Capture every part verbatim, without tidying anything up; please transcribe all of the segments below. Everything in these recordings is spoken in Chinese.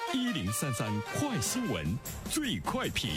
一零三三快新闻最快评。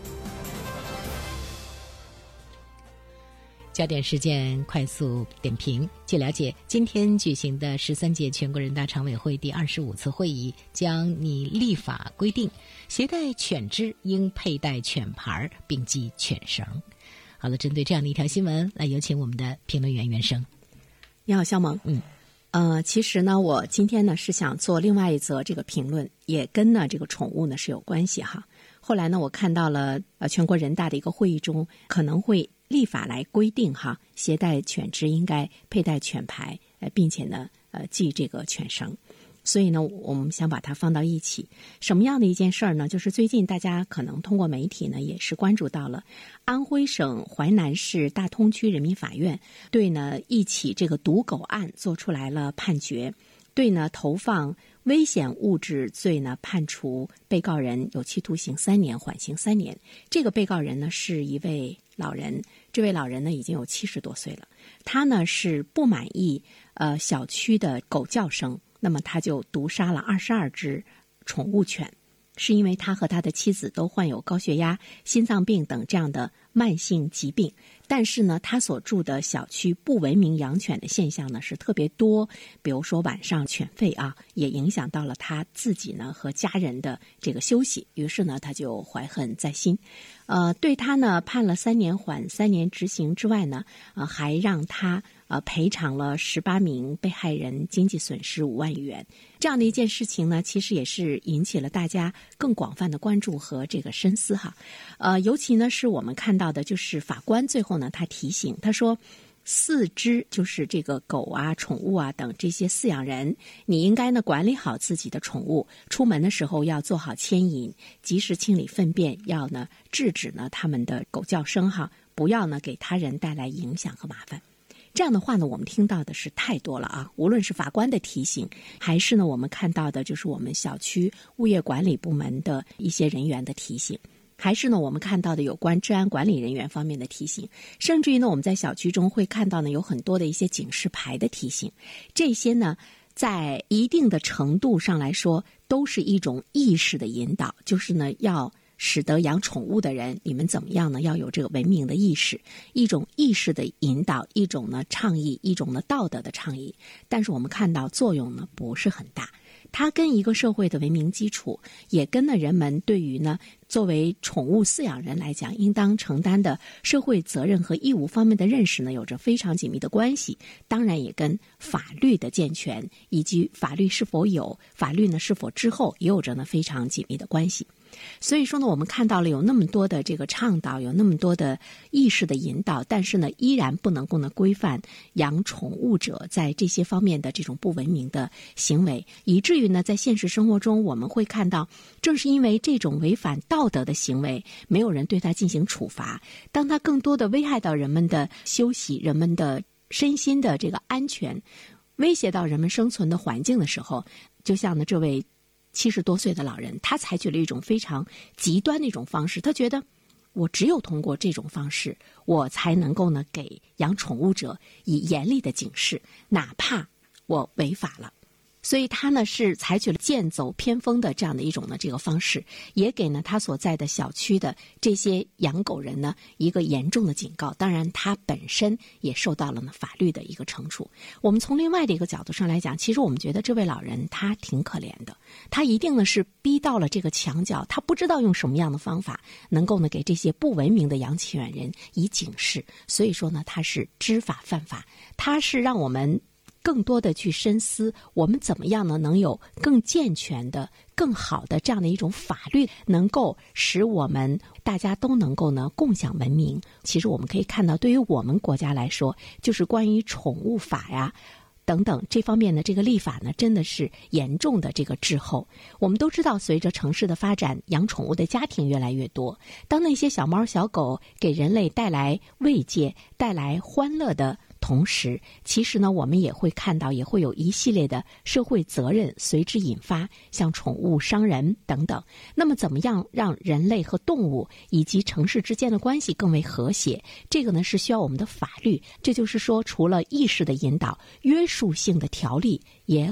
焦点事件快速点评。据了解，今天举行的十三届全国人大常委会第二十五次会议将拟立法规定，携带犬只应佩戴犬牌并系犬绳。好了，针对这样的一条新闻，来有请我们的评论员袁生。 你好，肖萌。 嗯， 呃，其实呢，我今天呢是想做另外一则这个评论，也跟呢这个宠物呢是有关系哈。后来呢，我看到了呃全国人大的一个会议中可能会立法来规定哈，携带犬只应该佩戴犬牌，呃，并且呢，呃，系这个犬绳。所以呢，我们想把它放到一起。什么样的一件事儿呢？就是最近大家可能通过媒体呢，也是关注到了安徽省淮南市大通区人民法院对呢一起这个毒狗案做出来了判决，对呢投放危险物质罪呢判处被告人有期徒刑三年，缓刑三年。这个被告人呢是一位老人，这位老人呢已经有七十多岁了，他呢是不满意呃小区的狗叫声。那么他就毒杀了二十二只宠物犬，是因为他和他的妻子都患有高血压、心脏病等这样的慢性疾病。但是呢，他所住的小区不文明养犬的现象呢是特别多，比如说晚上犬吠啊，也影响到了他自己呢和家人的这个休息。于是呢，他就怀恨在心，呃，对他呢判了三年缓三年执行之外呢，呃，还让他呃赔偿了十八名被害人经济损失五万余元。这样的一件事情呢，其实也是引起了大家更广泛的关注和这个深思哈。呃，尤其呢是我们看到的，就是法官最后呢他提醒，他说，四只就是这个狗啊、宠物啊等这些饲养人，你应该呢管理好自己的宠物，出门的时候要做好牵引，及时清理粪便，要呢制止呢他们的狗叫声哈，不要呢给他人带来影响和麻烦。这样的话呢，我们听到的是太多了啊！无论是法官的提醒，还是呢我们看到的就是我们小区物业管理部门的一些人员的提醒，还是呢我们看到的有关治安管理人员方面的提醒，甚至于呢我们在小区中会看到呢有很多的一些警示牌的提醒。这些呢在一定的程度上来说都是一种意识的引导，就是呢要使得养宠物的人，你们怎么样呢？要有这个文明的意识，一种意识的引导，一种呢倡议，一种呢道德的倡议。但是我们看到作用呢不是很大，它跟一个社会的文明基础，也跟呢人们对于呢作为宠物饲养人来讲应当承担的社会责任和义务方面的认识呢有着非常紧密的关系。当然也跟法律的健全以及法律是否有，法律呢是否滞后也有着呢非常紧密的关系。所以说呢，我们看到了有那么多的这个倡导，有那么多的意识的引导，但是呢，依然不能够呢规范养宠物者在这些方面的这种不文明的行为，以至于呢，在现实生活中我们会看到，正是因为这种违反道德的行为，没有人对它进行处罚，当它更多的危害到人们的休息、人们的身心的这个安全，威胁到人们生存的环境的时候，就像呢这位七十多岁的老人，他采取了一种非常极端的一种方式，他觉得我只有通过这种方式，我才能够呢给养宠物者以严厉的警示，哪怕我违法了。所以他呢是采取了剑走偏锋的这样的一种呢这个方式，也给呢他所在的小区的这些养狗人呢一个严重的警告。当然他本身也受到了呢法律的一个惩处。我们从另外的一个角度上来讲，其实我们觉得这位老人他挺可怜的，他一定呢是逼到了这个墙角，他不知道用什么样的方法能够呢给这些不文明的养犬人以警示。所以说呢他是知法犯法，他是让我们更多的去深思，我们怎么样呢能有更健全的、更好的这样的一种法律，能够使我们大家都能够呢共享文明。其实我们可以看到，对于我们国家来说，就是关于宠物法呀等等这方面的这个立法呢，真的是严重的这个滞后。我们都知道，随着城市的发展，养宠物的家庭越来越多，当那些小猫小狗给人类带来慰藉、带来欢乐的同时，其实呢我们也会看到，也会有一系列的社会责任随之引发，像宠物伤人等等。那么怎么样让人类和动物以及城市之间的关系更为和谐，这个呢是需要我们的法律。这就是说，除了意识的引导，约束性的条例也很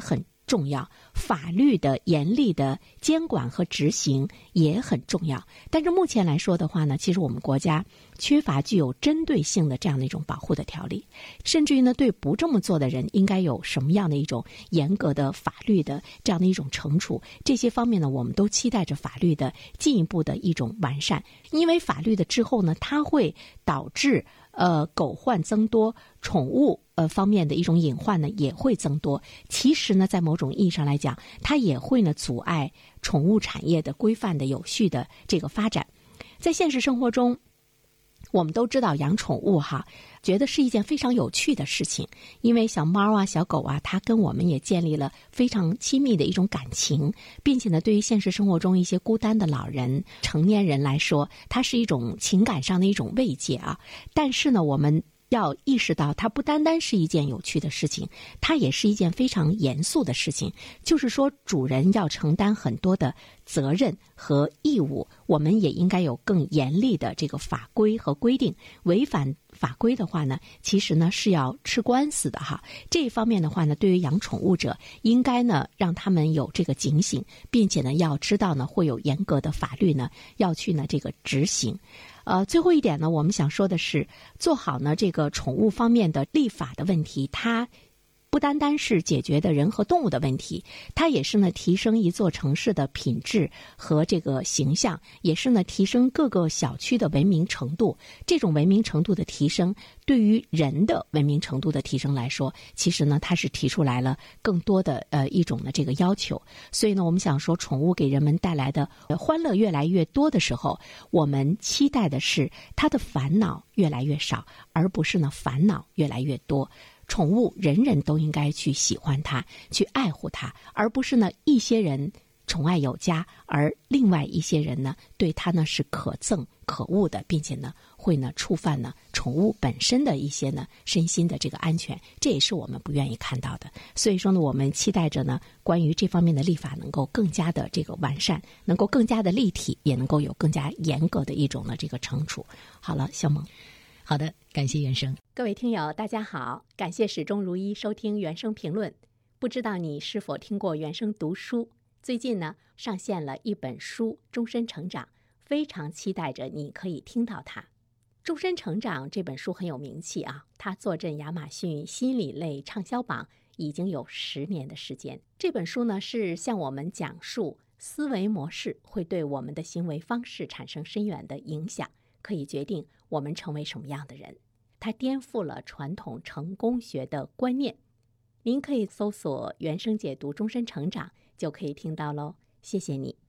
重要，法律的严厉的监管和执行也很重要。但是目前来说的话呢，其实我们国家缺乏具有针对性的这样的一种保护的条例，甚至于呢，对不这么做的人应该有什么样的一种严格的法律的这样的一种惩处，这些方面呢，我们都期待着法律的进一步的一种完善。因为法律的滞后呢，它会导致呃狗患增多，宠物呃方面的一种隐患呢也会增多。其实呢，在某种意义上来讲，它也会呢阻碍宠物产业的规范的有序的这个发展。在现实生活中，我们都知道养宠物哈，觉得是一件非常有趣的事情，因为小猫啊、小狗啊，它跟我们也建立了非常亲密的一种感情，并且呢，对于现实生活中一些孤单的老人、成年人来说，它是一种情感上的一种慰藉啊。但是呢，我们要意识到，它不单单是一件有趣的事情，它也是一件非常严肃的事情。就是说，主人要承担很多的责任和义务，我们也应该有更严厉的这个法规和规定。违反法规的话呢，其实呢是要吃官司的哈。这一方面的话呢，对于养宠物者，应该呢让他们有这个警醒，并且呢要知道呢会有严格的法律呢要去呢这个执行。呃，最后一点呢，我们想说的是，做好呢这个宠物方面的立法的问题，它不单单是解决的人和动物的问题，它也是呢提升一座城市的品质和这个形象，也是呢提升各个小区的文明程度。这种文明程度的提升，对于人的文明程度的提升来说，其实呢它是提出来了更多的呃一种的这个要求。所以呢，我们想说，宠物给人们带来的欢乐越来越多的时候，我们期待的是它的烦恼越来越少，而不是呢烦恼越来越多。宠物人人都应该去喜欢它，去爱护它，而不是呢一些人宠爱有加，而另外一些人呢对它呢是可憎可恶的，并且呢会呢触犯呢宠物本身的一些呢身心的这个安全，这也是我们不愿意看到的。所以说呢，我们期待着呢关于这方面的立法能够更加的这个完善，能够更加的立体，也能够有更加严格的一种呢这个惩处。好了，小萌。 好的，感谢原生。 各位听友大家好，感谢始终如一收听原声评论。不知道你是否听过原声读书，最近呢上线了一本书《终身成长》，非常期待着你可以听到它。《终身成长》这本书很有名气啊，它坐镇亚马逊心理类畅销榜已经有十年的时间。这本书呢是向我们讲述思维模式会对我们的行为方式产生深远的影响，可以决定我们成为什么样的人。它颠覆了传统成功学的观念。您可以搜索原声解读终身成长就可以听到喽，谢谢你。